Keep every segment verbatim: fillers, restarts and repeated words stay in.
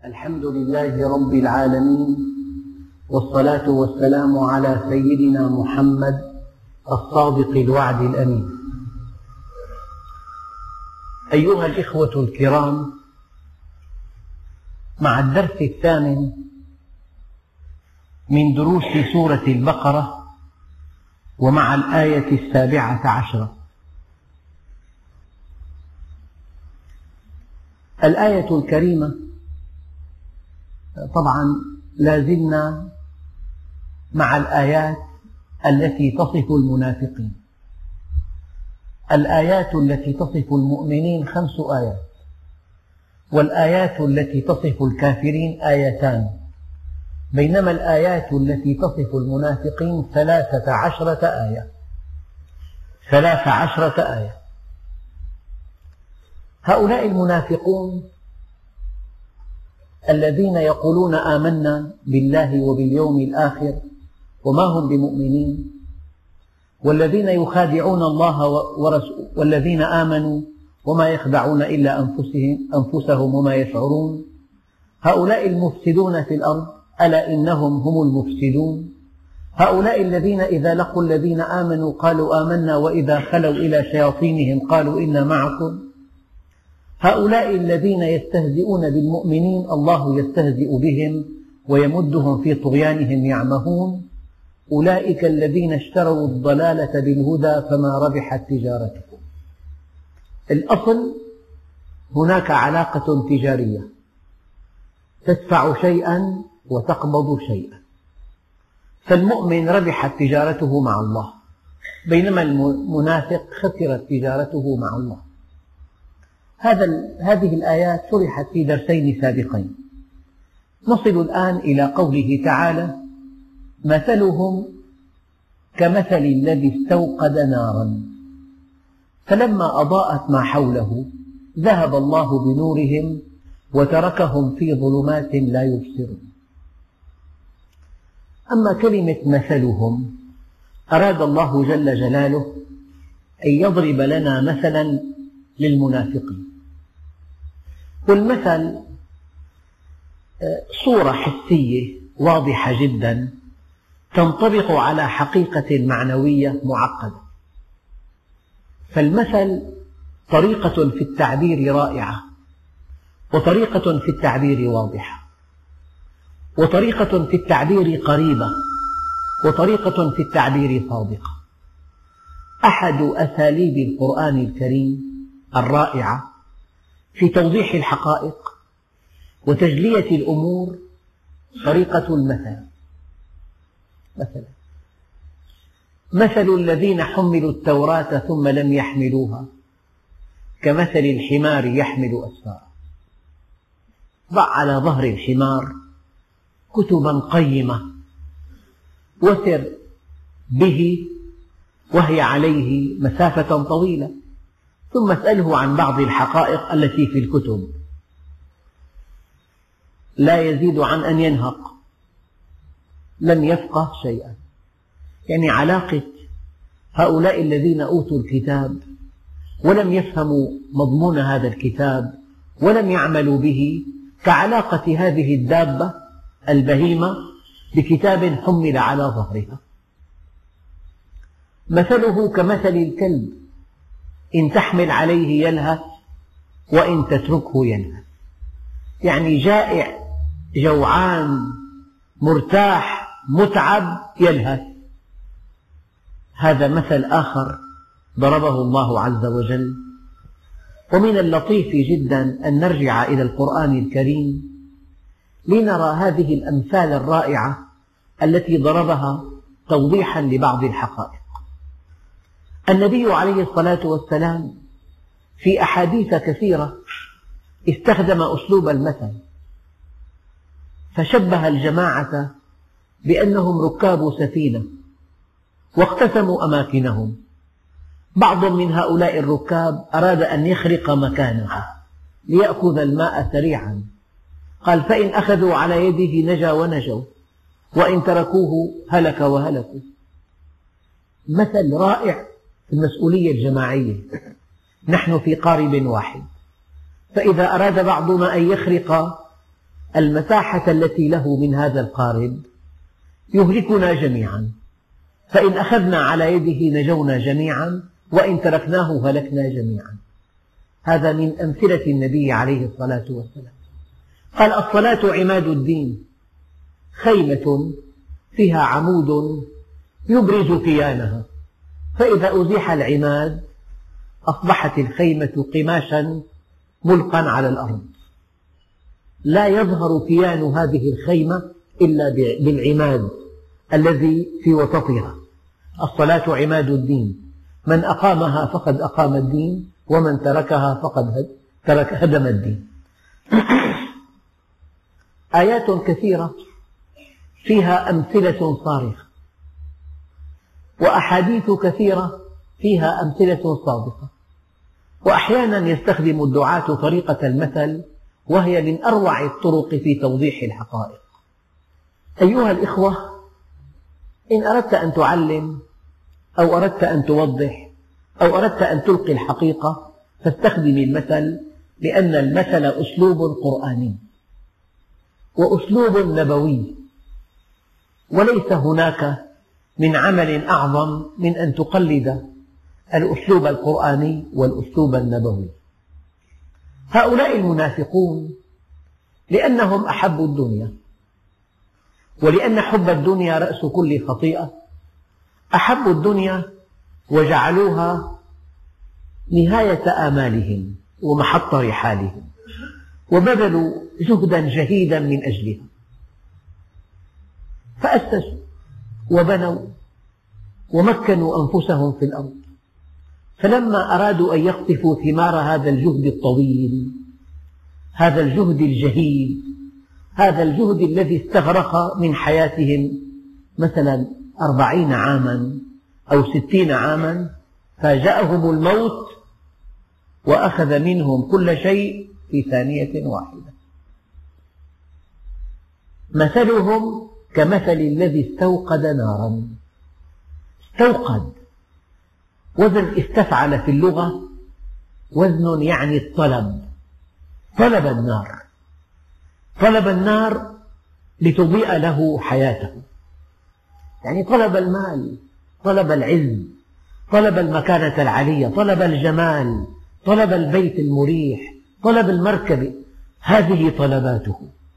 الحمد لله رب العالمين، والصلاة والسلام على سيدنا محمد الصادق الوعد الأمين. أيها الإخوة الكرام، مع الدرس الثامن من دروس سورة البقرة ومع الآية السابعة عشرة. الآية الكريمة طبعا لازلنا مع الآيات التي تصف المنافقين. الآيات التي تصف المؤمنين خمس آيات، والآيات التي تصف الكافرين آيتان، بينما الآيات التي تصف المنافقين ثلاثة عشرة آية ثلاث عشرة آية. هؤلاء المنافقون الذين يقولون آمنا بالله وباليوم الآخر وما هم بمؤمنين، والذين يخادعون الله ورسوله، والذين آمنوا وما يخدعون إلا أنفسهم, أنفسهم وما يشعرون. هؤلاء المفسدون في الأرض، ألا إنهم هم المفسدون. هؤلاء الذين إذا لقوا الذين آمنوا قالوا آمنا وإذا خلوا إلى شياطينهم قالوا إنا معكم. هؤلاء الذين يستهزئون بالمؤمنين الله يستهزئ بهم ويمدهم في طغيانهم يعمهون. أولئك الذين اشتروا الضلالة بالهدى فما ربحت تجارتهم. الأصل هناك علاقة تجارية، تدفع شيئا وتقبض شيئا، فالمؤمن ربحت تجارته مع الله، بينما المنافق خسرت تجارته مع الله. هذا هذه الآيات شرحت في درسين سابقين. نصل الآن إلى قوله تعالى: مثلهم كمثل الذي استوقد نارا فلما أضاءت ما حوله ذهب الله بنورهم وتركهم في ظلمات لا يبصرون. أما كلمة مثلهم أراد الله جل جلاله أن يضرب لنا مثلا للمنافقين. والمثل صورة حسية واضحة جدا تنطبق على حقيقة معنوية معقدة. فالمثل طريقة في التعبير رائعة، وطريقة في التعبير واضحة، وطريقة في التعبير قريبة، وطريقة في التعبير صادقة. أحد أساليب القرآن الكريم الرائعة في توضيح الحقائق وتجلية الأمور طريقة المثل. مثلا مثل الذين حملوا التوراة ثم لم يحملوها كمثل الحمار يحمل أسفارا. ضع على ظهر الحمار كتبا قيمة وسر به وهي عليه مسافة طويلة، ثم اسأله عن بعض الحقائق التي في الكتب، لا يزيد عن أن ينهق، لم يفقه شيئا. يعني علاقة هؤلاء الذين أوتوا الكتاب ولم يفهموا مضمون هذا الكتاب ولم يعملوا به كعلاقة هذه الدابة البهيمة بكتاب حمل على ظهرها. مثله كمثل الكلب إن تحمل عليه يلهث وإن تتركه يلهث. يعني جائع جوعان مرتاح متعب يلهث. هذا مثل آخر ضربه الله عز وجل. ومن اللطيف جدا أن نرجع إلى القرآن الكريم لنرى هذه الأمثال الرائعة التي ضربها توضيحا لبعض الحقائق. النبي عليه الصلاة والسلام في أحاديث كثيرة استخدم أسلوب المثل، فشبه الجماعة بأنهم ركاب سفينة واقتسموا أماكنهم. بعض من هؤلاء الركاب أراد أن يخرق مكانها ليأخذ الماء سريعا، قال: فإن أخذوا على يده نجا ونجوا، وإن تركوه هلك وهلكوا. مثل رائع في المسؤولية الجماعية. نحن في قارب واحد، فإذا أراد بعضنا أن يخرق المساحة التي له من هذا القارب يهلكنا جميعا، فإن أخذنا على يده نجونا جميعا، وإن تركناه هلكنا جميعا. هذا من أمثلة النبي عليه الصلاة والسلام. قال: الصلاة عماد الدين، خيمة فيها عمود يبرز كيانها، فإذا أزيح العماد أصبحت الخيمة قماشا ملقا على الأرض، لا يظهر كيان هذه الخيمة إلا بالعماد الذي في وسطها. الصلاة عماد الدين، من أقامها فقد أقام الدين، ومن تركها فقد ترك هدم الدين. آيات كثيرة فيها أمثلة صارخة، وأحاديث كثيرة فيها أمثلة صادقة، وأحيانا يستخدم الدعاة طريقة المثل، وهي من أروع الطرق في توضيح الحقائق. أيها الإخوة، إن أردت أن تعلم أو أردت أن توضح أو أردت أن تلقي الحقيقة فاستخدم المثل، لأن المثل أسلوب قرآني وأسلوب نبوي، وليس هناك من عمل أعظم من أن تقلد الأسلوب القرآني والأسلوب النبوي. هؤلاء المنافقون لأنهم أحبوا الدنيا، ولأن حب الدنيا رأس كل خطيئة، أحبوا الدنيا وجعلوها نهاية آمالهم ومحط رحالهم، وبذلوا جهدا جهيدا من أجلها، فأسسوا وبنوا ومكنوا أنفسهم في الأرض. فلما أرادوا أن يقطفوا ثمار هذا الجهد الطويل، هذا الجهد الجهيد، هذا الجهد الذي استغرق من حياتهم مثلا أربعين عاما أو ستين عاما، فجاءهم الموت وأخذ منهم كل شيء في ثانية واحدة. مثلهم كمثل الذي استوقد نارا. استوقد وزن استفعل في اللغة، وزن يعني الطلب، طلب النار، طلب النار لتضيء له حياته، يعني طلب المال، طلب العز، طلب المكانة العالية، طلب الجمال، طلب البيت المريح، طلب المركبة، هذه طلباته.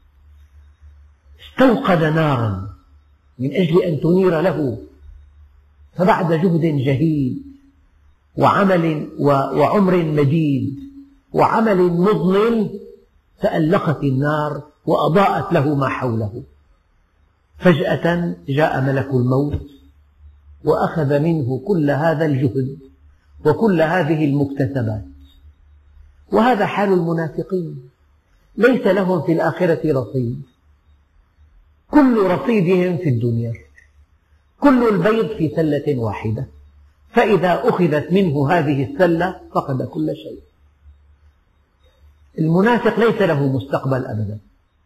استوقد نارا من أجل أن تنير له، فبعد جهد جهيد وعمل وعمر مديد وعمل مضنٍ تألقت النار وأضاءت له ما حوله. فجأة جاء ملك الموت وأخذ منه كل هذا الجهد وكل هذه المكتسبات. وهذا حال المنافقين، ليس لهم في الآخرة رصيد، كل رصيدهم في الدنيا، كل البيض في سلة واحدة، فإذا أخذت منه هذه السلة فقد كل شيء. المنافق ليس له مستقبل أبدا،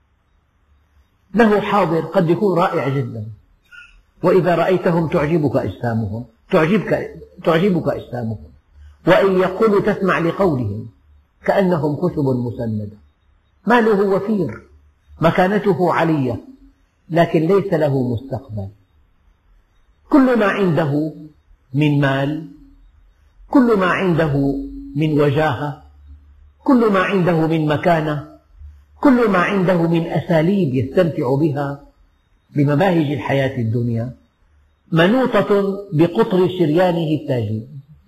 له حاضر قد يكون رائع جدا، وإذا رأيتهم تعجبك أجسامهم، تعجبك, تعجبك أجسامهم، وإن يقولوا تسمع لقولهم كأنهم خشب مسندة. ماله وفير، مكانته عالية، لكن ليس له مستقبل. كل ما عنده من مال، كل ما عنده من وجاهة، كل ما عنده من مكانة، كل ما عنده من أساليب يستمتع بها بمباهج الحياة الدنيا، منوطة بقطر شريانه التاجي،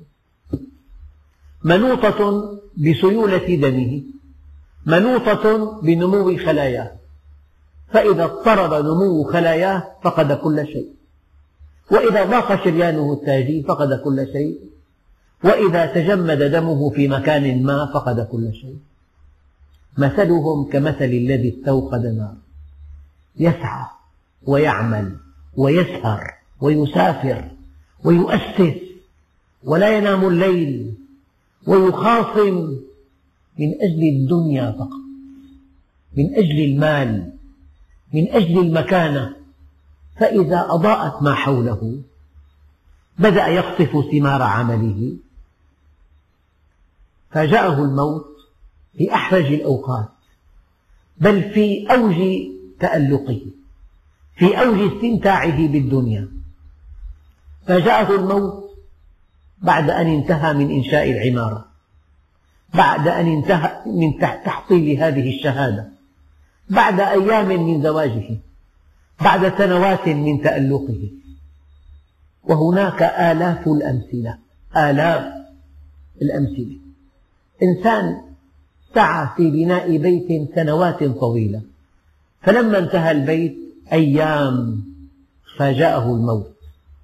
منوطة بسيولة دمه، منوطة بنمو خلاياه، فإذا اضطرب نمو خلاياه فقد كل شيء، وإذا ضاق شريانه التاجي فقد كل شيء، وإذا تجمد دمه في مكان ما فقد كل شيء. مثلهم كمثل الذي استوقد نار، يسعى ويعمل ويسهر ويسافر ويؤسس ولا ينام الليل ويخاصم من أجل الدنيا فقط، من أجل المال، من أجل المكانة، فإذا أضاءت ما حوله بدأ يقطف ثمار عمله، فجاءه الموت في أحرج الأوقات، بل في أوج تألقه، في أوج استمتاعه بالدنيا. فجاءه الموت بعد أن انتهى من إنشاء العمارة، بعد أن انتهى من تحصيل هذه الشهادة، بعد أيام من زواجه، بعد سنوات من تألقه. وهناك آلاف الأمثلة، آلاف الأمثلة. إنسان سعى في بناء بيت سنوات طويلة، فلما انتهى البيت أيام فاجأه الموت.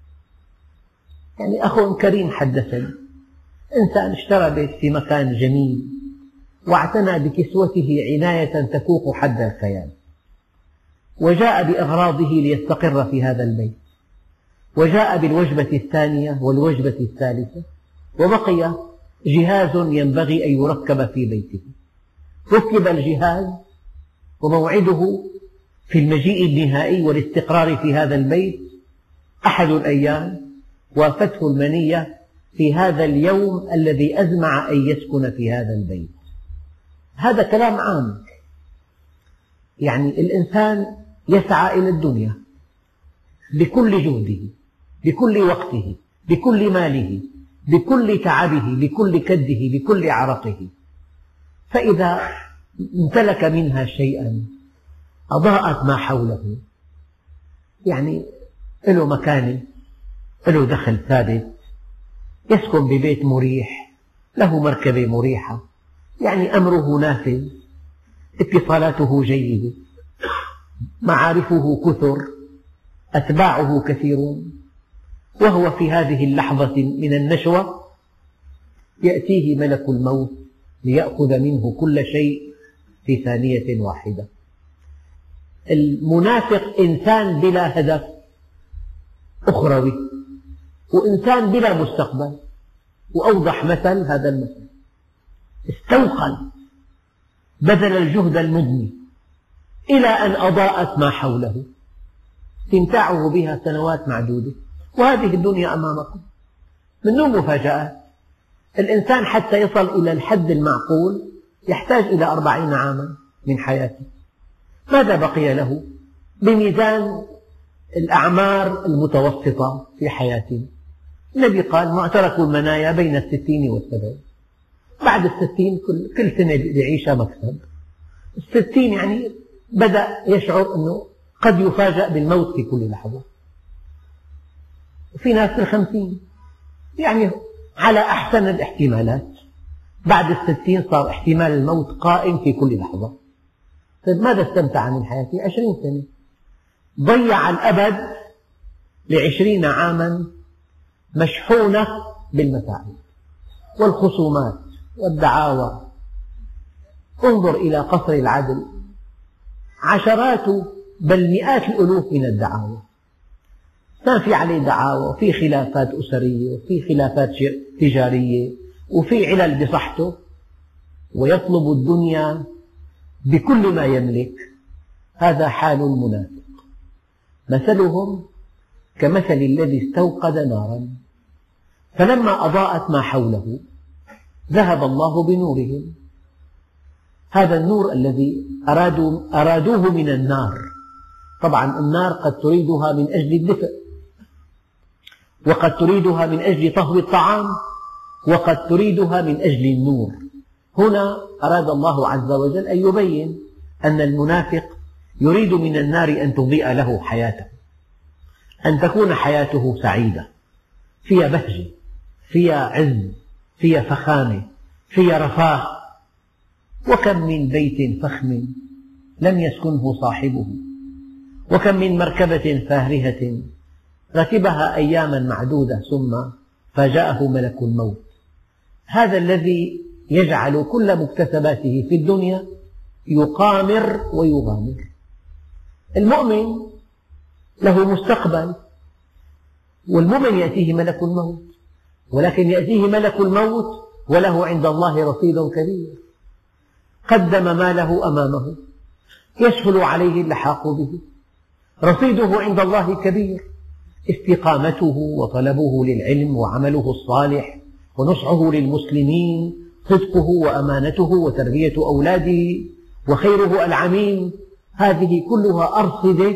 يعني أخ كريم حدثني، إنسان اشترى بيت في مكان جميل واعتنى بكسوته عناية تفوق حد الخيال، وجاء بأغراضه ليستقر في هذا البيت، وجاء بالوجبة الثانية والوجبة الثالثة، وبقي جهاز ينبغي أن يركب في بيته. ركب الجهاز وموعده في المجيء النهائي والاستقرار في هذا البيت أحد الأيام، وافته المنية في هذا اليوم الذي أزمع أن يسكن في هذا البيت. هذا كلام عام، يعني الإنسان يسعى إلى الدنيا بكل جهده، بكل وقته، بكل ماله، بكل تعبه، بكل كده، بكل عرقه، فإذا امتلك منها شيئا أضاءت ما حوله، يعني له مكانة، له دخل ثابت، يسكن ببيت مريح، له مركبة مريحة، يعني أمره نافذ، اتصالاته جيدة، معارفه كثر، أتباعه كثيرون، وهو في هذه اللحظة من النشوة يأتيه ملك الموت ليأخذ منه كل شيء في ثانية واحدة. المنافق إنسان بلا هدف أخروي، وإنسان بلا مستقبل. وأوضح مثل هذا المثل، استوقن، بذل الجهد المضني إلى أن أضاءت ما حوله، استمتاعه بها سنوات معدودة، وهذه الدنيا أمامكم من دون مفاجآت. الإنسان حتى يصل إلى الحد المعقول يحتاج إلى أربعين عاما من حياته. ماذا بقي له بميزان الأعمار المتوسطة في حياتنا؟ النبي قال: معترك المنايا بين الستين والسبعين. بعد الستين كل, كل سنة يعيشها مكسب. الستين يعني بدأ يشعر أنه قد يفاجأ بالموت في كل لحظة. وفي ناس في الخمسين، يعني على أحسن الاحتمالات بعد الستين صار احتمال الموت قائم في كل لحظة. طيب ماذا استمتع من حياته؟ عشرين سنة ضيع الأبد لعشرين عاما مشحونة بالمتاعب والخصومات والدعاوى. انظر إلى قصر العدل، عشرات بل مئات الألوف من الدعاوى، كان في عليه دعاوى، وفي خلافات أسرية، وفي خلافات تجارية، وفي علل بصحته، ويطلب الدنيا بكل ما يملك. هذا حال المنافق. مثلهم كمثل الذي استوقد نارا فلما أضاءت ما حوله ذهب الله بنورهم. هذا النور الذي أرادوا أرادوه من النار. طبعا النار قد تريدها من أجل الدفء، وقد تريدها من أجل طهو الطعام، وقد تريدها من أجل النور. هنا أراد الله عز وجل أن يبين أن المنافق يريد من النار أن تضيء له حياته، أن تكون حياته سعيدة، فيها بهجة، فيها عز، فيها فخامة، فيها رفاه. وكم من بيت فخم لم يسكنه صاحبه، وكم من مركبة فارهة ركبها أياما معدودة ثم فاجأه ملك الموت. هذا الذي يجعل كل مكتسباته في الدنيا يقامر ويغامر. المؤمن له مستقبل، والمؤمن يأتيه ملك الموت، ولكن يأتيه ملك الموت وله عند الله رصيد كبير، قدم ماله أمامه يسهل عليه اللحاق به، رصيده عند الله كبير، استقامته وطلبه للعلم وعمله الصالح ونصحه للمسلمين، صدقه وأمانته وتربية أولاده وخيره العميم، هذه كلها أرصدة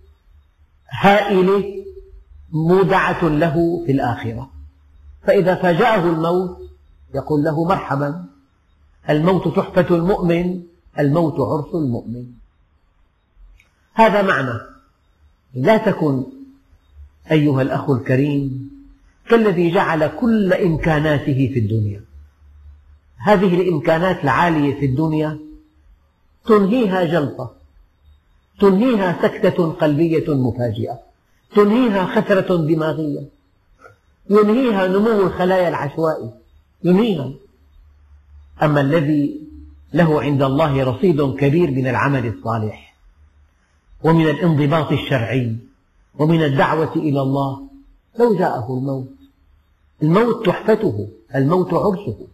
هائلة مودعة له في الآخرة. فإذا فاجأه الموت يقول له مرحبا، الموت تحفة المؤمن، الموت عرس المؤمن. هذا معنى. لا تكن أيها الأخ الكريم كالذي جعل كل إمكاناته في الدنيا. هذه الإمكانات العالية في الدنيا تنهيها جلطة، تنهيها سكتة قلبية مفاجئة، تنهيها خثرة دماغية، ينهيها نمو الخلايا العشوائي، ينهيها. أما الذي له عند الله رصيد كبير من العمل الصالح ومن الانضباط الشرعي ومن الدعوة إلى الله، لو جاءه الموت، الموت تحفته، الموت عرسه.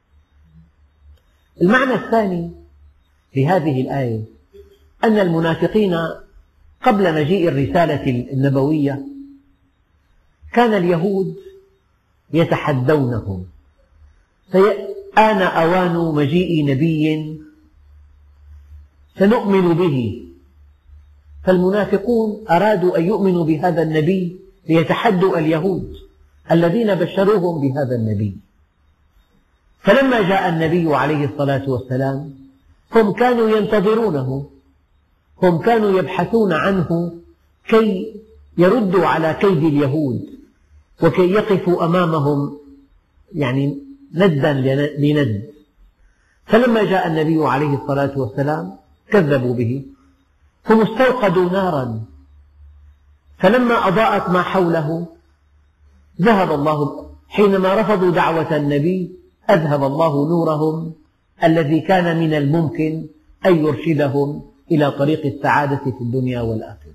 المعنى الثاني لهذه الآية أن المنافقين قبل مجيء الرسالة النبوية كان اليهود يتحدونهم، آن أوان مجيء نبي سنؤمن به. فالمنافقون أرادوا أن يؤمنوا بهذا النبي ليتحدوا اليهود الذين بشروهم بهذا النبي. فلما جاء النبي عليه الصلاة والسلام هم كانوا ينتظرونه، هم كانوا يبحثون عنه كي يردوا على كيد اليهود وكي يقفوا أمامهم يعني ندا لند. فلما جاء النبي عليه الصلاة والسلام كذبوا به، هم استوقدوا نارا، فلما أضاءت ما حوله ذهب الله. حينما رفضوا دعوة النبي أذهب الله نورهم الذي كان من الممكن أن يرشدهم إلى طريق السعادة في الدنيا والآخرة.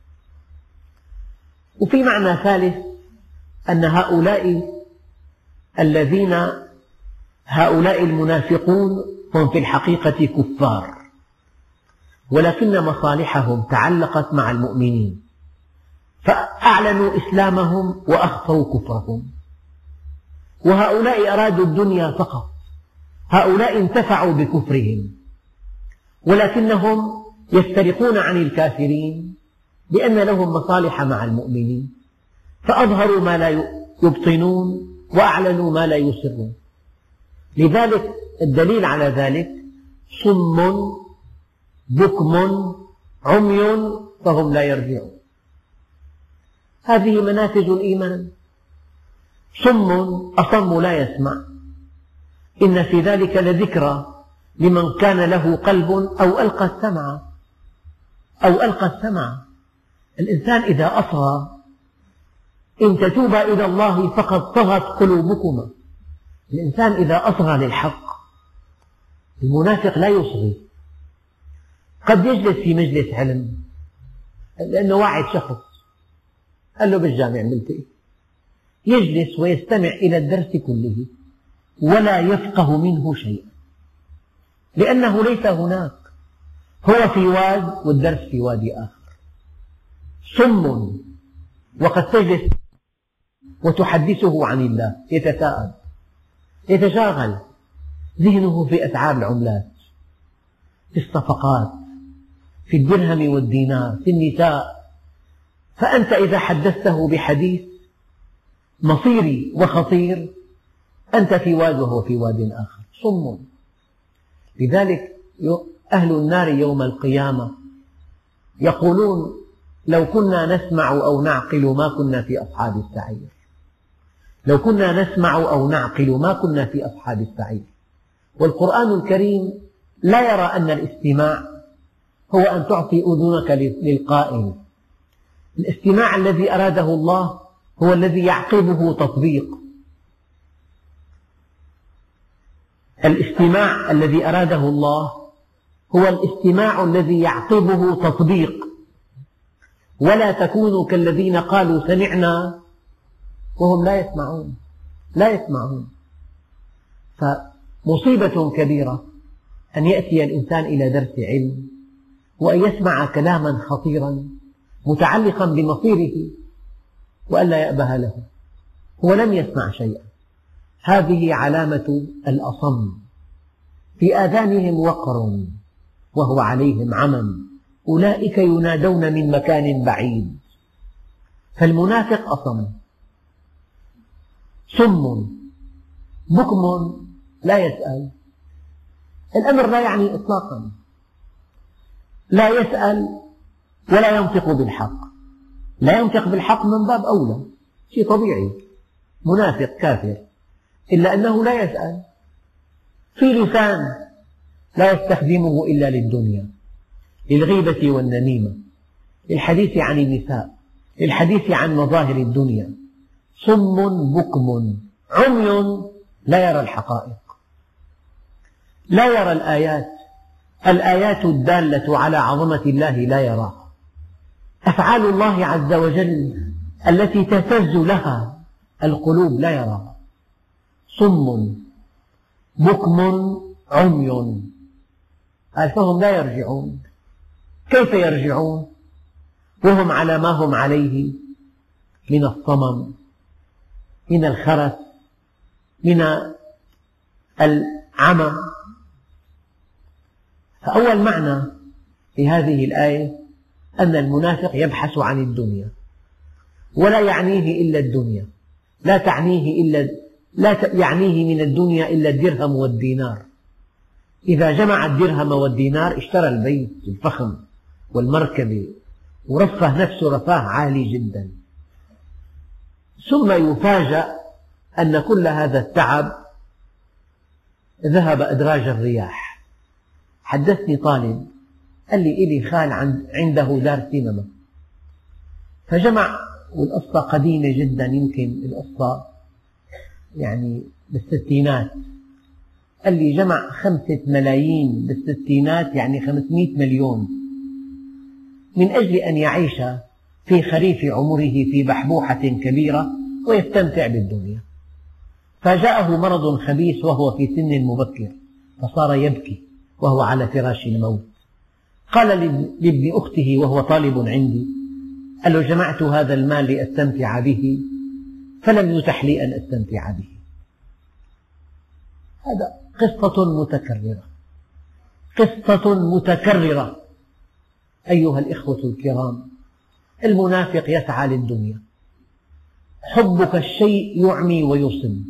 وفي معنى ثالث أن هؤلاء الذين هؤلاء المنافقون هم في الحقيقة كفار، ولكن مصالحهم تعلقت مع المؤمنين، فأعلنوا إسلامهم وأخفوا كفرهم. وهؤلاء أرادوا الدنيا فقط، هؤلاء انتفعوا بكفرهم، ولكنهم يفترقون عن الكافرين لأن لهم مصالح مع المؤمنين، فأظهروا ما لا يبطنون وأعلنوا ما لا يسرون. لذلك الدليل على ذلك صم بكم عمي فهم لا يرجعون. هذه منافذ الإيمان. صم أصم لا يسمع، إن في ذلك لذكرى لمن كان له قلب أو ألقى السمع أو ألقى السمع. الإنسان إذا أصغى إن تتوبا إلى الله فقد طغت قلوبكما. الإنسان إذا أصغى للحق، المنافق لا يصغي، قد يجلس في مجلس علم لأنه واعد شخص قال له بالجامع ملتقي، يجلس ويستمع إلى الدرس كله ولا يفقه منه شيئا، لأنه ليس هناك، هو في واد والدرس في واد آخر. صم، وقد تجلس وتحدثه عن الله، يتثاءب، يتشاغل، ذهنه في أسعار العملات، في الصفقات، في الدرهم والدينار، في النساء. فأنت إذا حدثته بحديث مصيري وخطير أنت في واد وهو في واد آخر. صم. لذلك أهل النار يوم القيامة يقولون لو كنا نسمع أو نعقل ما كنا في أصحاب السعير، لو كنا نسمع أو نعقل ما كنا في أصحاب السعير. والقرآن الكريم لا يرى أن الاستماع هو أن تعطي أذنك للقائل. الاستماع الذي أراده الله هو الذي يعقبه تطبيق. الاستماع الذي أراده الله هو الاستماع الذي يعقبه تطبيق. ولا تكونوا كالذين قالوا سمعنا وهم لا يسمعون، لا يسمعون. فمصيبة كبيرة أن يأتي الإنسان إلى درس علم وأن يسمع كلاما خطيرا متعلقا بمصيره وألا يأبه له، هو لم يسمع شيئا. هذه علامة الأصم، في آذانهم وقر وهو عليهم عمى أولئك ينادون من مكان بعيد. فالمنافق أصم صم بكم لا يسأل. الأمر لا يعني إطلاقا، لا يسأل ولا ينطق بالحق. لا ينطق بالحق من باب أولى، شيء طبيعي، منافق كافر، إلا أنه لا يسأل. في لسان لا يستخدمه إلا للدنيا، للغيبة والنميمة، للحديث عن النساء، للحديث عن مظاهر الدنيا. صم بكم عمي لا يرى الحقائق، لا يرى الآيات، الآيات الدالة على عظمة الله لا يراها، أفعال الله عز وجل التي تهتز لها القلوب لا يراها. صم بكم عمي، فهم لا يرجعون. كيف يرجعون وهم على ما هم عليه من الصمم، من الخرس، من العمى؟ فأول معنى في هذه الآية أن المنافق يبحث عن الدنيا ولا يعنيه إلا الدنيا، لا تعنيه إلا لا يعنيه من الدنيا إلا الدرهم والدينار. إذا جمع الدرهم والدينار اشترى البيت الفخم والمركبة ورفه نفسه رفاه عالي جدا، ثم يفاجأ أن كل هذا التعب ذهب أدراج الرياح. حدثني طالب قال لي إلي خال عنده دار سينما، فجمع، والقصة قديمة جدا، يمكن القصة يعني بالستينات، قال لي جمع خمسة ملايين بالستينات، يعني خمسمئة مليون، من أجل أن يعيش في خريف عمره في بحبوحة كبيرة ويستمتع بالدنيا. فجاءه مرض خبيث وهو في سن مبكر، فصار يبكي وهو على فراش الموت. قال لابن أخته وهو طالب عندي، قال له: جمعت هذا المال لأستمتع به فلم يتح لي أن أستمتع به. هذا قصة متكررة، قصة متكررة. أيها الإخوة الكرام، المنافق يسعى للدنيا، حبك الشيء يعمي ويصم،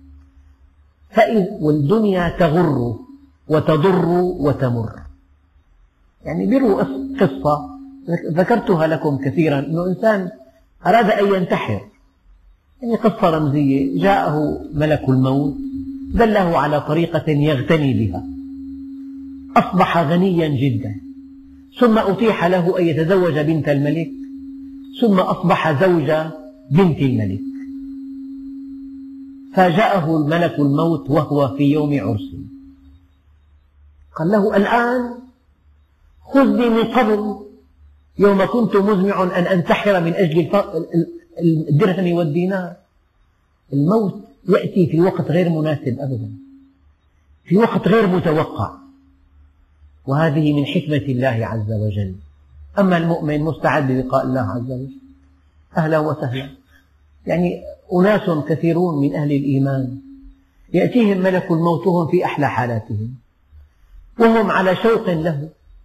والدنيا تغر وتضر وتمر. يعني بيروا قصة ذكرتها لكم كثيرا، أنه إنسان أراد أن ينتحر، يعني قصة رمزية، جاءه ملك الموت دله على طريقة يغتني بها، أصبح غنيا جدا، ثم أتيح له أن يتزوج بنت الملك، ثم أصبح زوج بنت الملك. فجاءه ملك الموت وهو في يوم عرسه، قال له: الآن خذني من قبل يوم كنت مزمع أن أنتحر من أجل الدرهم والدينار. الموت يأتي في وقت غير مناسب أبدا، في وقت غير متوقع، وهذه من حكمة الله عز وجل. أما المؤمن مستعد للقاء الله عز وجل، أهلا وسهلا. يعني أناس كثيرون من أهل الإيمان يأتيهم ملك الموت وهم في أحلى حالاتهم وهم على شوق له،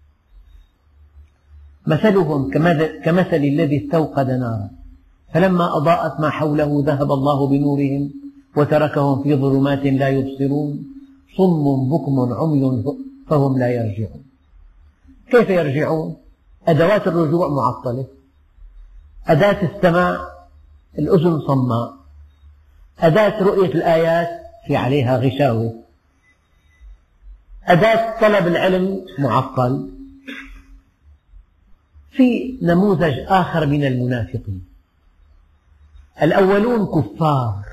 مثلهم كمثل الذي استوقد نارا فلما أضاءت ما حوله ذهب الله بنورهم وتركهم في ظلمات لا يبصرون صم بكم عمي فهم لا يرجعون. كيف يرجعون؟ أدوات الرجوع معطلة، أداة السماع الأذن صماء، أداة رؤية الآيات في عليها غشاوة، أداة طلب العلم معطل. في نموذج آخر من المنافقين، الأولون كفار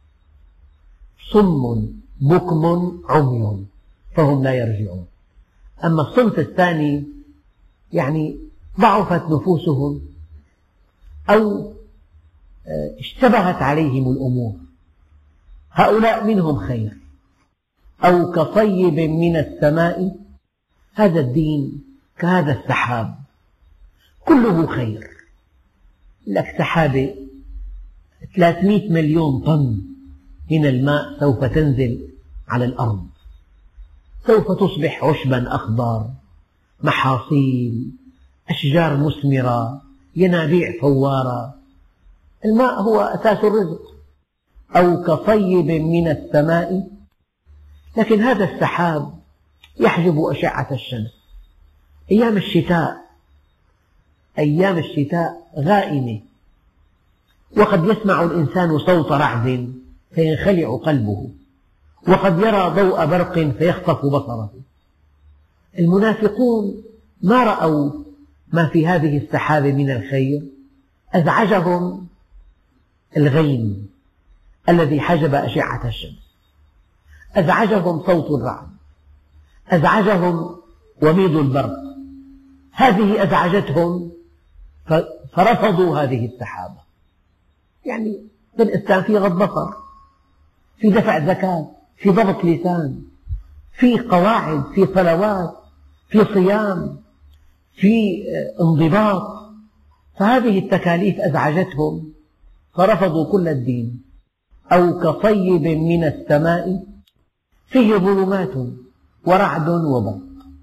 صم بكم عمي فهم لا يرجعون. أما الصنف الثاني يعني ضعفت نفوسهم أو اشتبهت عليهم الأمور، هؤلاء منهم خير. أو كصيب من السماء، هذا الدين كهذا السحاب كله خير. لك سحابة ثلاثمئة مليون طن من الماء سوف تنزل على الأرض، سوف تصبح عشبا أخضر محاصيل، أشجار مثمرة، ينابيع فوارة. الماء هو أساس الرزق. أو كصيب من السماء، لكن هذا السحاب يحجب أشعة الشمس. أيام الشتاء أيام الشتاء غائمة، وقد يسمع الإنسان صوت رعد فينخلع قلبه، وقد يرى ضوء برق فيخطف بصره. المنافقون ما رأوا ما في هذه السحاب من الخير، أزعجهم الغيم الذي حجب أشعة الشمس، أزعجهم صوت الرعد، أزعجهم وميض البرق، هذه أزعجتهم فرفضوا هذه السحابة. يعني في الإسلام في غض بصر، في دفع زكاة، في ضبط لسان، في قواعد، في صلوات، في صيام، في انضباط. فهذه التكاليف أزعجتهم فرفضوا كل الدين. أو كصيب من السماء فيه ظلمات ورعد وبرق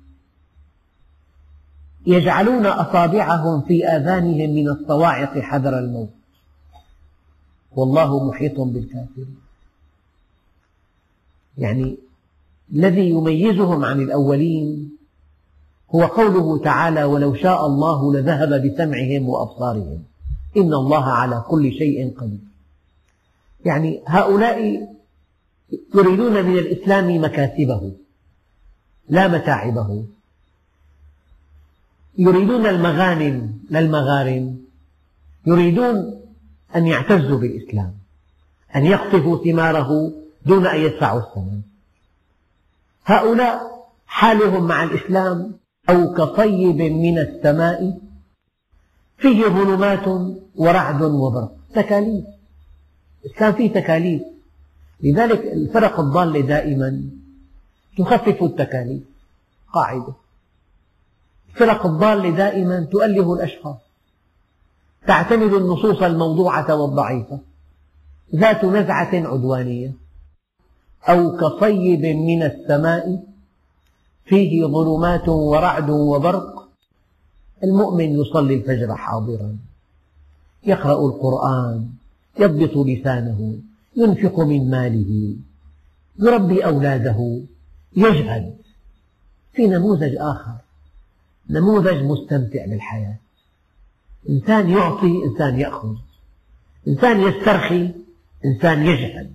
يجعلون أصابعهم في آذانهم من الصواعق حذر الموت والله محيط بالكافرين. يعني الذي يميزهم عن الأولين هو قوله تعالى: ولو شاء الله لذهب بسمعهم وأبصارهم إن الله على كل شيء قدير. يعني هؤلاء يريدون من الإسلام مكاسبه لا متاعبه، يريدون المغانم لا المغارم، يريدون أن يعتزوا بالإسلام، أن يقطفوا ثماره دون أن يدفعوا الثمن. هؤلاء حالهم مع الإسلام: أو كصيب من السماء فيه ظلمات ورعد وبرق. تكاليف، الإسلام فيه تكاليف، لذلك الفرق الضالة دائما تخفف التكاليف. قاعدة: الفرق الضالة دائما تؤله الأشخاص، تعتمد النصوص الموضوعة والضعيفة، ذات نزعة عدوانية. أو كصيب من السماء فيه ظلمات ورعد وبرق. المؤمن يصلي الفجر حاضرا، يقرأ القرآن، يضبط لسانه، ينفق من ماله، يربي أولاده، يجهد. في نموذج آخر، نموذج مستمتع بالحياة. إنسان يعطي، إنسان يأخذ، إنسان يسترخي، إنسان يجهد.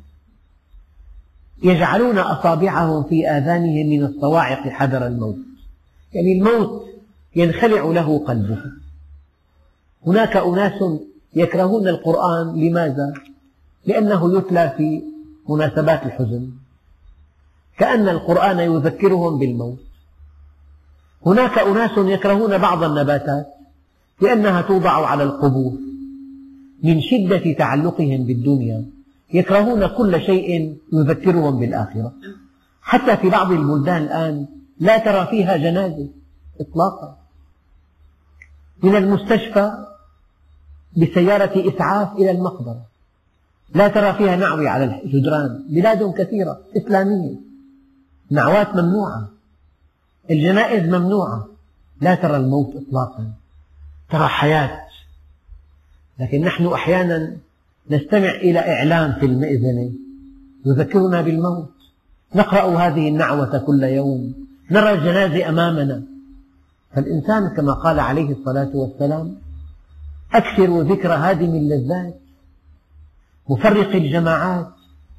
يجعلون أصابعهم في آذانهم من الصواعق حذر الموت، يعني الموت ينخلع له قلبه. هناك أناس يكرهون القرآن. لماذا؟ لأنه يتلى في مناسبات الحزن، كأن القرآن يذكرهم بالموت. هناك أناس يكرهون بعض النباتات لأنها توضع على القبور. من شدة تعلقهم بالدنيا يكرهون كل شيء يذكرهم بالآخرة. حتى في بعض البلدان الآن لا ترى فيها جنازة إطلاقا. من المستشفى بسيارة إسعاف إلى المقبرة لا ترى فيها نعوي على الجدران. بلاد كثيرة إسلامية نعوات ممنوعة، الجنائز ممنوعة، لا ترى الموت إطلاقا، ترى حياة. لكن نحن أحيانا نستمع إلى إعلان في المئذنة يذكرنا بالموت، نقرأ هذه النعوة كل يوم، نرى الجنازة أمامنا. فالإنسان كما قال عليه الصلاة والسلام: أكثر ذكر هادم اللذات، مفرق الجماعات،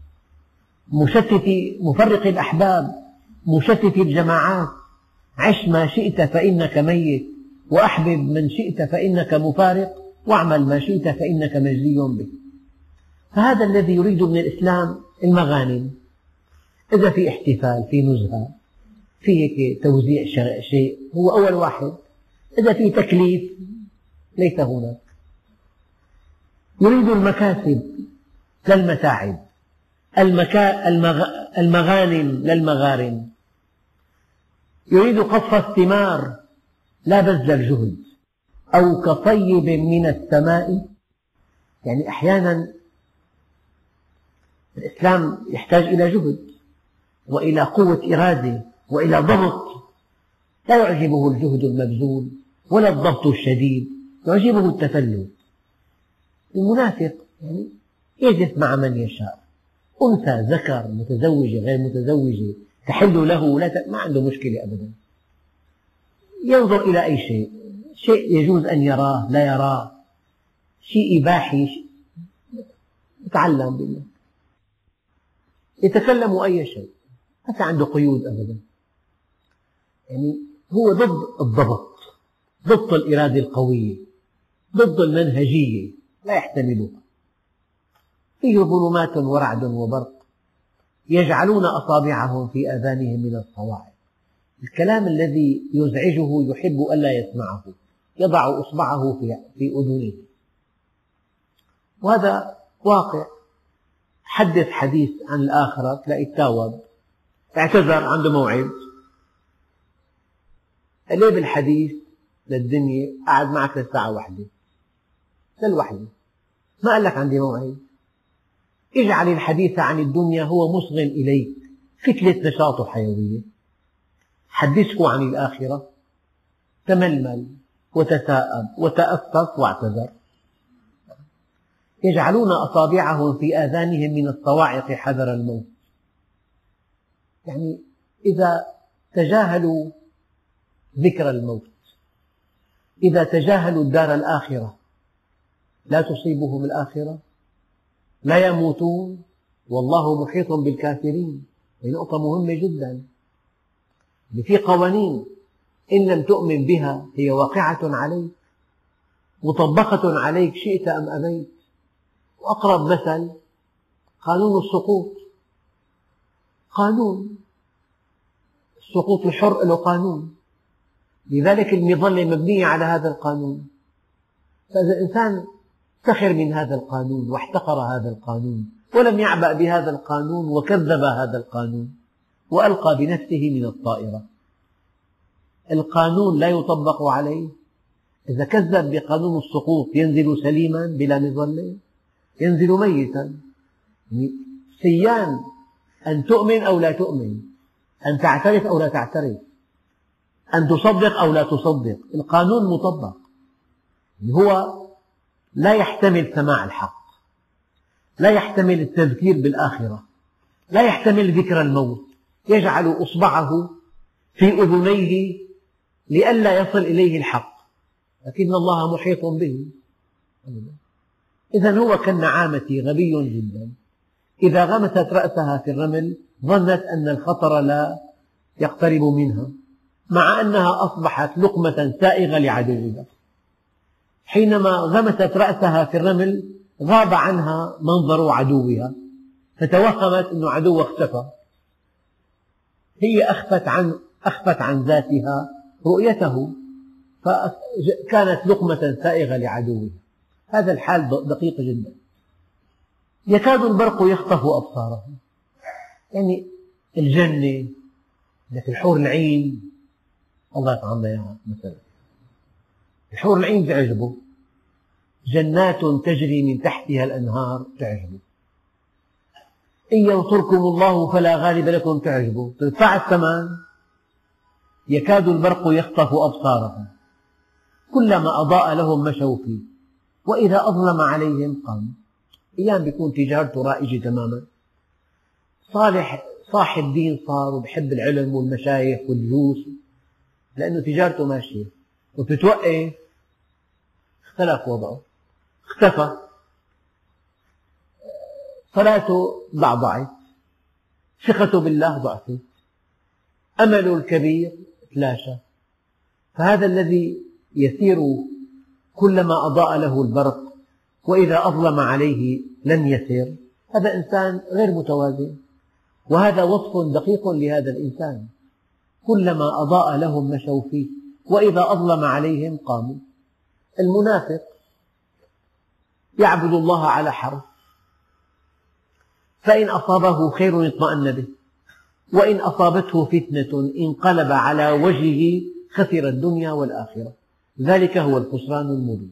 مشتت مفرق الأحباب، مشتت الجماعات. عش ما شئت فإنك ميت، وأحبب من شئت فإنك مفارق، واعمل ما شئت فإنك مجزي به. فهذا الذي يريد من الإسلام المغانم. إذا في احتفال، في نزهة، في هيك توزيع شيء، هو أول واحد. إذا في تكليف ليس هناك. يريد المكاسب لا المتاعب، المكا... المغ... المغانم لا المغارم. يريد قطف الثمار لا بذل الجهد. أو كصيب من السماء، يعني أحيانا الإسلام يحتاج إلى جهد وإلى قوة إرادة وإلى ضبط. لا يعجبه الجهد المبذول ولا الضغط الشديد، يعجبه التفلت. المنافق يعني يجلس مع من يشاء، أنثى ذكر متزوجة غير متزوجة تحل له لا ت... ما عنده مشكلة أبدا، ينظر إلى أي شيء، شيء يجوز أن يراه لا يراه، شيء إباحي يتعلم بالله، يتكلم أي شيء، ما في عنده قيود أبدا. يعني هو ضد الضبط، ضد الإرادة القوية، ضد المنهجية، لا يحتملها. فيه ظلمات ورعد وبرق يجعلون أصابعهم في آذانهم من الصواعق. الكلام الذي يزعجه يحب ألا يسمعه، يضع إصبعه في أذنه، وهذا واقع. حدث حديث عن الآخرة تلاقي التاوب اعتذر عنده موعد، قلب الحديث للدنيا، قعد معك للساعة واحدة للوحدة، ما قال لك عندي موعد. اجعل الحديث عن الدنيا هو مصغ إليك، فتلة نشاط وحيوية. حدثه عن الآخرة، تململ وتثاءب وتأسف واعتذر. يجعلون أصابعهم في آذانهم من الصواعق حذر الموت. يعني إذا تجاهلوا ذكر الموت، إذا تجاهلوا الدار الآخرة لا تصيبهم الآخرة، لا يموتون والله محيط بالكافرين. هذه نقطة مهمة جدا. في قوانين إن لم تؤمن بها هي واقعة عليك، مطبقة عليك شئت أم أبيت. وأقرب مثل قانون السقوط، قانون السقوط الحر له قانون، لذلك المظلة مبنية على هذا القانون. فإذا الإنسان سخر من هذا القانون واحتقر هذا القانون ولم يعبأ بهذا القانون وكذب هذا القانون وألقى بنفسه من الطائرة، القانون لا يطبق عليه. إذا كذب بقانون السقوط ينزل سليما بلا مظلة؟ ينزل ميتا. سيان أن تؤمن أو لا تؤمن، أن تعترف أو لا تعترف، أن تصدق أو لا تصدق، القانون مطبق. هو لا يحتمل سماع الحق، لا يحتمل التذكير بالآخرة، لا يحتمل ذكر الموت، يجعل إصبعه في أذنيه لئلا يصل إليه الحق، لكن الله محيط به. إذن هو كالنعامة غبي جدا، إذا غمست رأسها في الرمل ظنت أن الخطر لا يقترب منها، مع أنها أصبحت لقمة سائغة لعدوها. حينما غمست رأسها في الرمل غاب عنها منظر عدوها، فتوهمت أن عدوها اختفى، هي أخفت عن, أخفت عن ذاتها رؤيته، فكانت لقمة سائغة لعدوها. هذا الحال دقيق جدا. يكاد البرق يخطف أبصارهم. يعني الجنة، لك الحور العين الله يطعمنا إياها مثلا، الحور العين تعجبه، جنات تجري من تحتها الأنهار تعجبه، إن ينصركم الله فلا غالب لكم تعجبه، تدفع الثمن. يكاد البرق يخطف أبصارهم كلما أضاء لهم مشوا فيه وإذا أظلم عليهم قاموا. أيام بيكون تجارته رائجة تماما، صالح صاحب دين صار وبحب العلم والمشايخ والدروس لأنه تجارته ماشية، وبتتوقف اختلف وضعه، اختفى، صلاته ضعضعت، ثقته بالله ضعفت، أمله الكبير تلاشى. فهذا الذي يسير كلما أضاء له البرق وإذا أظلم عليه لم يسر، هذا إنسان غير متوازن، وهذا وصف دقيق لهذا الإنسان. كلما أضاء لهم مشوا فيه وإذا أظلم عليهم قاموا. المنافق يعبد الله على حرف، فإن أصابه خير اطمأن به، وإن أصابته فتنة انقلب على وجهه خسر الدنيا والآخرة، ذلك هو الخسران المبين.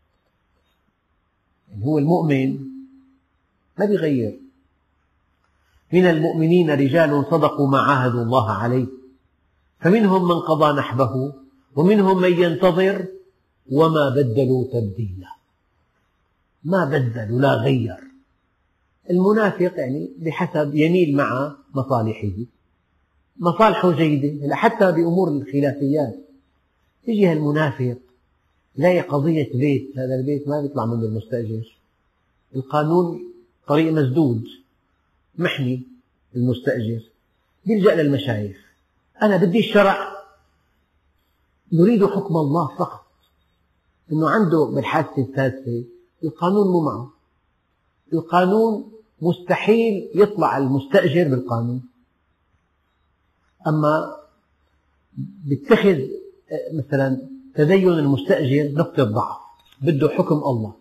يعني هو المؤمن ما بيغير. من المؤمنين رجال صدقوا ما عاهدوا الله عليه فمنهم من قضى نحبه ومنهم من ينتظر وما بدلوا تبديلا. ما بدلوا، لا غير. المنافق يعني بحسب يميل مع مصالحه، مصالحه جيدة. حتى بأمور الخلافيات يجي هالمنافق لاقي قضية بيت، هذا البيت ما بيطلع منه المستأجر، القانون طريق مسدود محمي المستأجر، يلجأ للمشايخ. أنا بدي الشرع، يريد حكم الله فقط، إنه عنده بالحادثة السادسة القانون مو معه، القانون مستحيل يطلع المستأجر بالقانون. أما بيتخذ مثلا تدين المستأجر نقطة ضعف، بده حكم الله.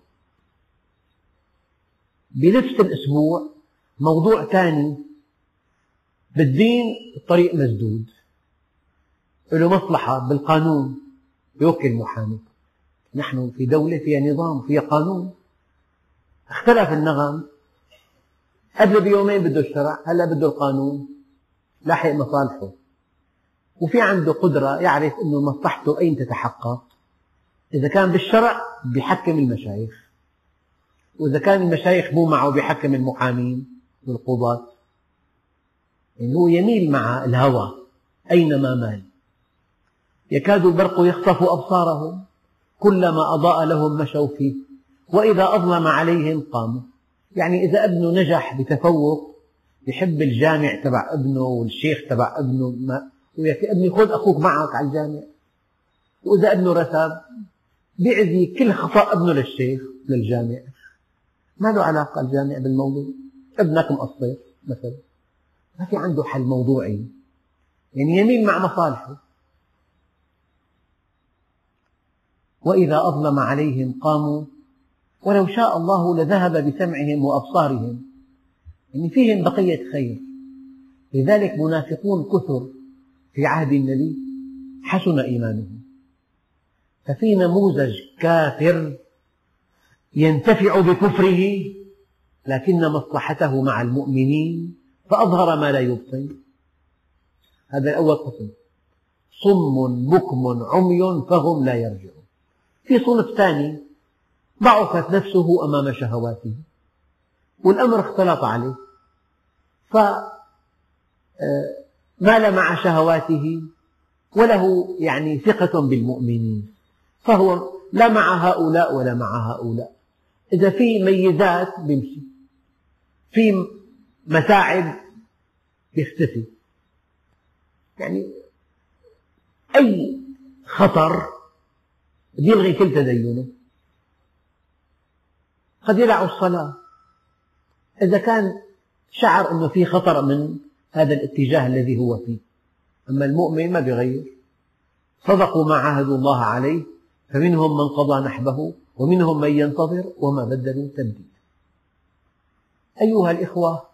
بنفس الأسبوع موضوع ثاني بالدين، الطريق مسدود، له مصلحة بالقانون، يوكل محامي. نحن في دولة فيها نظام، فيها قانون. اختلف النغم، قبل بيومين بده الشرع، هلا بده القانون، لاحق مصالحه. وفي عنده قدرة يعرف أنه مصلحته أين تتحقق. إذا كان بالشرع بيحكم المشايخ، وإذا كان المشايخ مو معه بيحكم المحامين والقضاة. يعني هو يميل مع الهوى أينما مال. يكاد البرق يخطف أبصارهم كلما أضاء لهم مشوا فيه وإذا أظلم عليهم قاموا. يعني إذا ابنه نجح بتفوق يحب الجامع تبع ابنه والشيخ تبع ابنه، ما وياك ابني خذ أخوك معك على الجامع. وإذا ابنه رسب بيعزي كل خطأ ابنه للشيخ للجامع، ما له علاقة الجامع بالموضوع. ابنك مقصر مثلا، ما في عنده حل موضوعي، يعني يميل مع مصالحه. وإذا أظلم عليهم قاموا ولو شاء الله لذهب بسمعهم وأبصارهم. يعني فيهم بقية خير. لذلك منافقون كثر في عهد النبي حسن إيمانهم. ففي نموذج كافر ينتفع بكفره لكن مصلحته مع المؤمنين فأظهر ما لا يبطن. هذا أول قسم، صم بكم عمي فهم لا يرجعون. في صنف ثاني ضعفت نفسه أمام شهواته والأمر اختلط عليه، فمال مع شهواته وله يعني ثقة بالمؤمنين، فهو لا مع هؤلاء ولا مع هؤلاء. إذا في ميزات بيمشي، في متاعب بيختفي. يعني أي خطر بيلغي كل تدينه. قد يدع الصلاة إذا كان شعر أنه في خطر من هذا الاتجاه الذي هو فيه. أما المؤمن ما بيغير، صدقوا ما عاهدوا الله عليه فمنهم من قضى نحبه ومنهم من ينتظر وما بدلوا تبديلا. أيها الإخوة،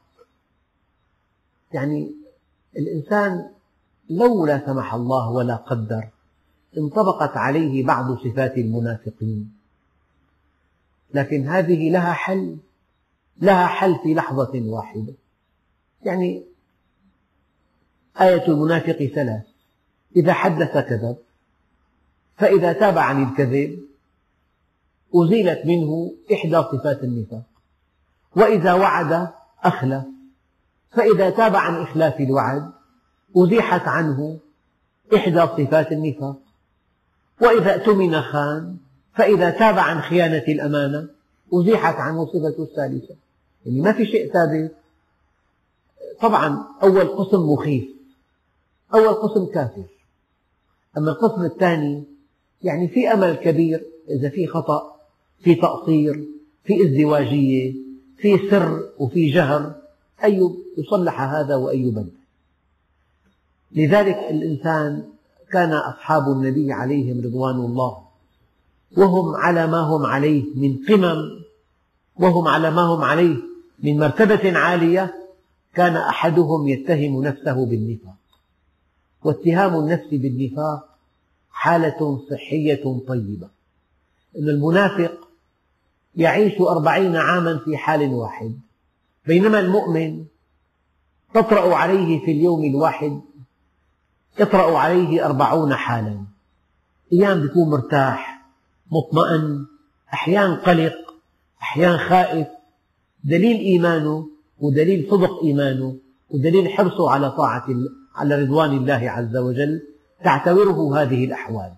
يعني الإنسان لو لا سمح الله ولا قدر انطبقت عليه بعض صفات المنافقين، لكن هذه لها حل، لها حل في لحظة واحدة. يعني آية المنافق ثلاث: إذا حدث كذب، فإذا تاب عن الكذب أزيلت منه إحدى صفات النفاق، وإذا وعد أخلف، فإذا تاب عن إخلاف الوعد أزيحت عنه إحدى صفات النفاق، وإذا اؤتمن خان، فإذا تاب عن خيانة الأمانة أزيحت عنه صفة الثالثة. يعني ما في شيء ثابت. طبعا أول قسم مخيف، أول قسم كافر. أما القسم الثاني يعني في أمل كبير، إذا في خطأ، في تقصير، في ازدواجية، في سر وفي جهر، أي يصلح هذا وأي يبدل. لذلك الإنسان كان أصحاب النبي عليهم رضوان الله وهم على ما هم عليه من قمم، وهم على ما هم عليه من مرتبة عالية، كان أحدهم يتهم نفسه بالنفاق. واتهام النفس بالنفاق حالة صحية طيبة. إن المنافق يعيش أربعين عاما في حال واحد، بينما المؤمن تطرأ عليه في اليوم الواحد يطرأ عليه أربعون حالا، أيام يكون مرتاح مطمئن، أحيانا قلق، أحيانا خائف، دليل إيمانه ودليل صدق إيمانه ودليل حرصه على طاعة على رضوان الله عز وجل تعتبره هذه الأحوال.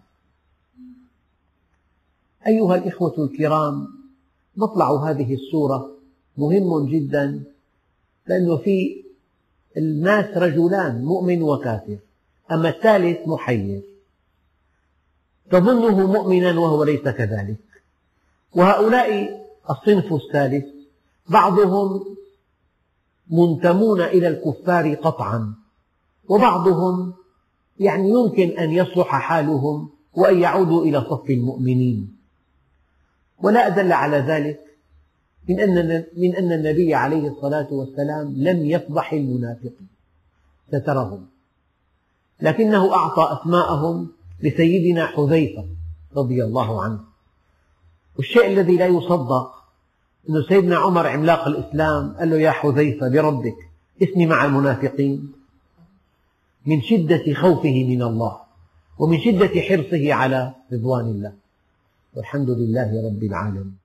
أيها الإخوة الكرام، مطلع هذه السورة مهم جدا، لأنه في الناس رجلان مؤمن وكافر، أما الثالث محير، تظنه مؤمنا وهو ليس كذلك. وهؤلاء الصنف الثالث بعضهم منتمون إلى الكفار قطعا، وبعضهم يعني يمكن أن يصلح حالهم وأن يعودوا إلى صف المؤمنين. ولا أدل على ذلك من أن من أن النبي عليه الصلاة والسلام لم يفضح المنافقين، سترهم، لكنه أعطى أسماءهم لسيدنا حذيفة رضي الله عنه. والشيء الذي لا يصدق أن سيدنا عمر عملاق الإسلام قال له: يا حذيفة بربك اسمي مع المنافقين، من شدة خوفه من الله ومن شدة حرصه على رضوان الله. والحمد لله رب العالمين.